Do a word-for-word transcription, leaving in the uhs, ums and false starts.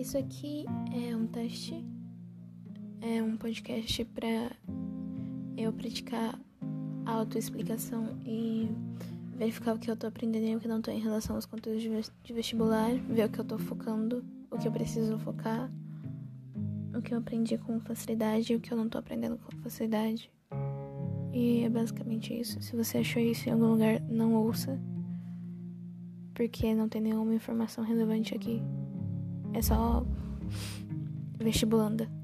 Isso aqui é um teste, é um podcast pra eu praticar a autoexplicação e verificar o que eu tô aprendendo e o que não tô em relação aos conteúdos de vestibular, ver o que eu tô focando, o que eu preciso focar, o que eu aprendi com facilidade e o que eu não tô aprendendo com facilidade. E é basicamente isso. Se você achou isso em algum lugar, não ouça, porque não tem nenhuma informação relevante aqui. É só vestibulanda.